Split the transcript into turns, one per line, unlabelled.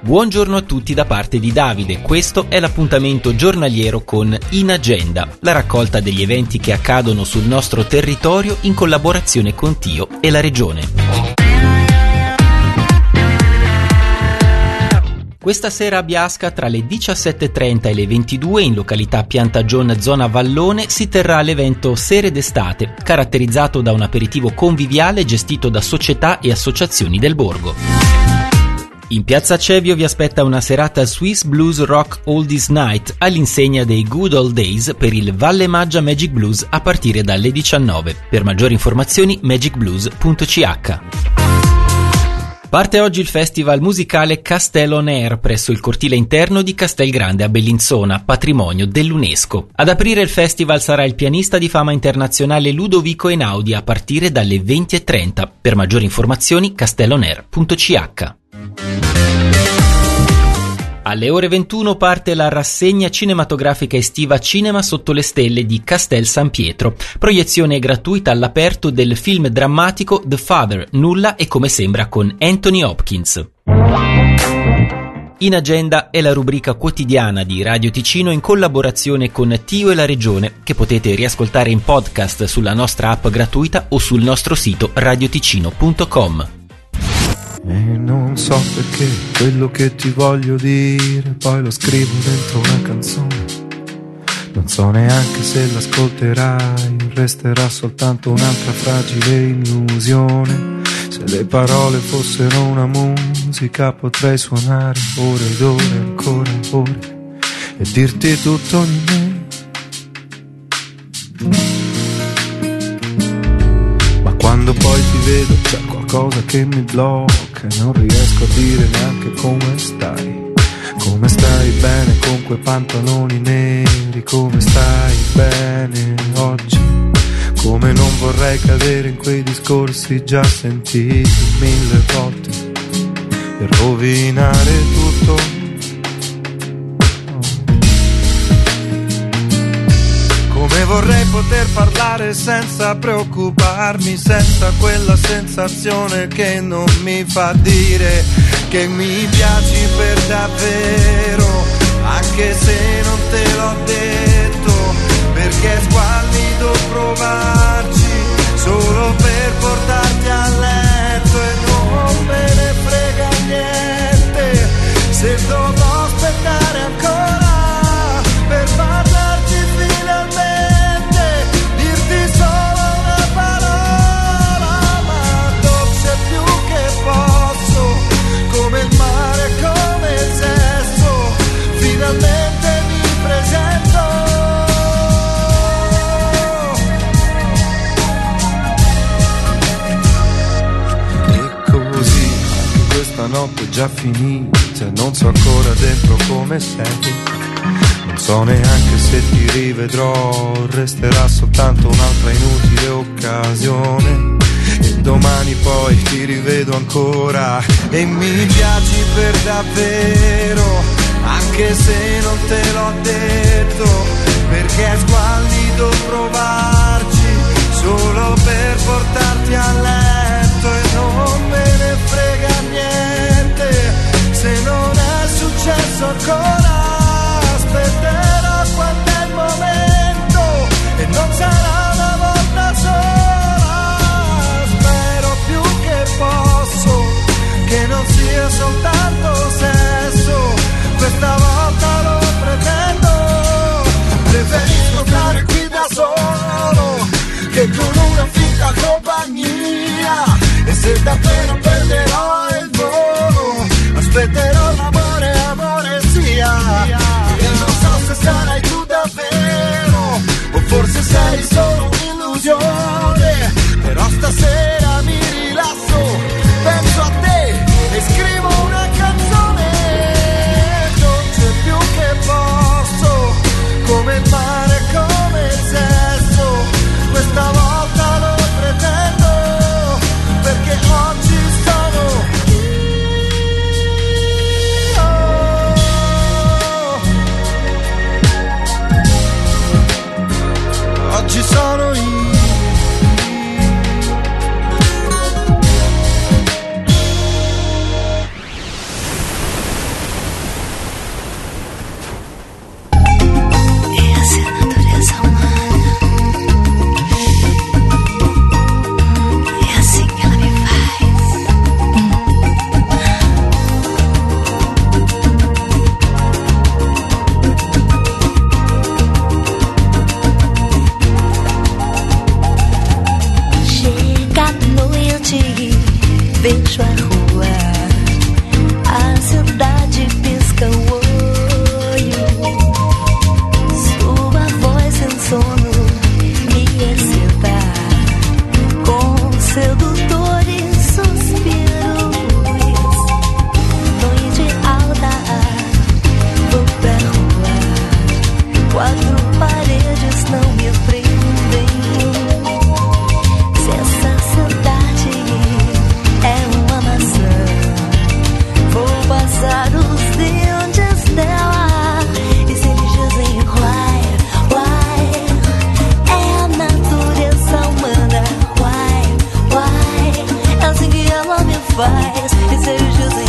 Buongiorno a tutti da parte di Davide, questo è l'appuntamento giornaliero con In Agenda, la raccolta degli eventi che accadono sul nostro territorio in collaborazione con Tio e la Regione. Questa sera a Biasca tra le 17.30 e le 22 in località Piantagion zona Vallone si terrà l'evento Sere d'estate, caratterizzato da un aperitivo conviviale gestito da società e associazioni del borgo. In Piazza Cevio vi aspetta una serata Swiss Blues Rock Oldies Night all'insegna dei Good Old Days per il Valle Maggia Magic Blues a partire dalle 19. Per maggiori informazioni magicblues.ch. Parte oggi il festival musicale Castel On Air presso il cortile interno di Castelgrande a Bellinzona, patrimonio dell'UNESCO. Ad aprire il festival sarà il pianista di fama internazionale Ludovico Einaudi a partire dalle 20.30. Per maggiori informazioni castelonair.ch. Alle ore 21 parte la rassegna cinematografica estiva Cinema sotto le stelle di Castel San Pietro, proiezione gratuita all'aperto del film drammatico The Father, Nulla e come sembra con Anthony Hopkins. In Agenda è la rubrica quotidiana di Radio Ticino in collaborazione con Tio e la Regione, che potete riascoltare in podcast sulla nostra app gratuita o sul nostro sito radioticino.com.
E non so perché quello che ti voglio dire poi lo scrivo dentro una canzone. Non so neanche se l'ascolterai, resterà soltanto un'altra fragile illusione. Se le parole fossero una musica potrei suonare ore ed ore, ancora ore, e dirti tutto di me. Ma quando poi ti vedo c'è qualcosa che mi blocca e non riesco a dire neanche come stai. Come stai bene con quei pantaloni neri? Come stai bene oggi? Come non vorrei cadere in quei discorsi già sentiti 1000 volte e rovinare tutto. Come vorrei poter parlare senza preoccuparmi, senza quella sensazione che non mi fa dire che mi piaci per davvero, anche se non te l'ho detto, perché è squallido provarci solo per portarti a letto e non me ne frega niente se dovrò aspettare ancora per parlarci finalmente, dirti solo una parola, ma dolce più che posso, come il mare, come il sesso, finalmente mi presento. E così anche questa notte è già finita, non so ancora dentro come sei. Non so neanche se ti rivedrò, resterà soltanto un'altra inutile occasione. E domani poi ti rivedo ancora e mi piaci per davvero, anche se non te l'ho detto, perché è squallido provarci solo per portarti a letto e non me ne frega niente se non è successo ancora. Aspetterò quando è il momento e non sarà una volta sola. Spero più che posso che non sia soltanto sesso, questa volta lo pretendo. Preferisco stare qui da solo che con una finta compagnia, e se davvero perderò il volo aspetterò l'amore, amore sia. Se sarai tu davvero o forse sei solo un'illusione, però stasera mi rilasso, penso a te e scrivo una canzone. Non c'è più che posso, come il mare, come il sesso, questa volta lo pretendo, perché oggi sono oggi sono io.
vejo a rua, a cidade pisca o olho, sua voz sem sono me excita, com sedutores suspiros. Noite alta, vou pra rua, quatro paredes não me prendem. Se essa cidade é uma maçã, vou passar os dentes dela. E se eles dizem why, é a natureza humana. Why, é assim que ela me faz. E se eles dizem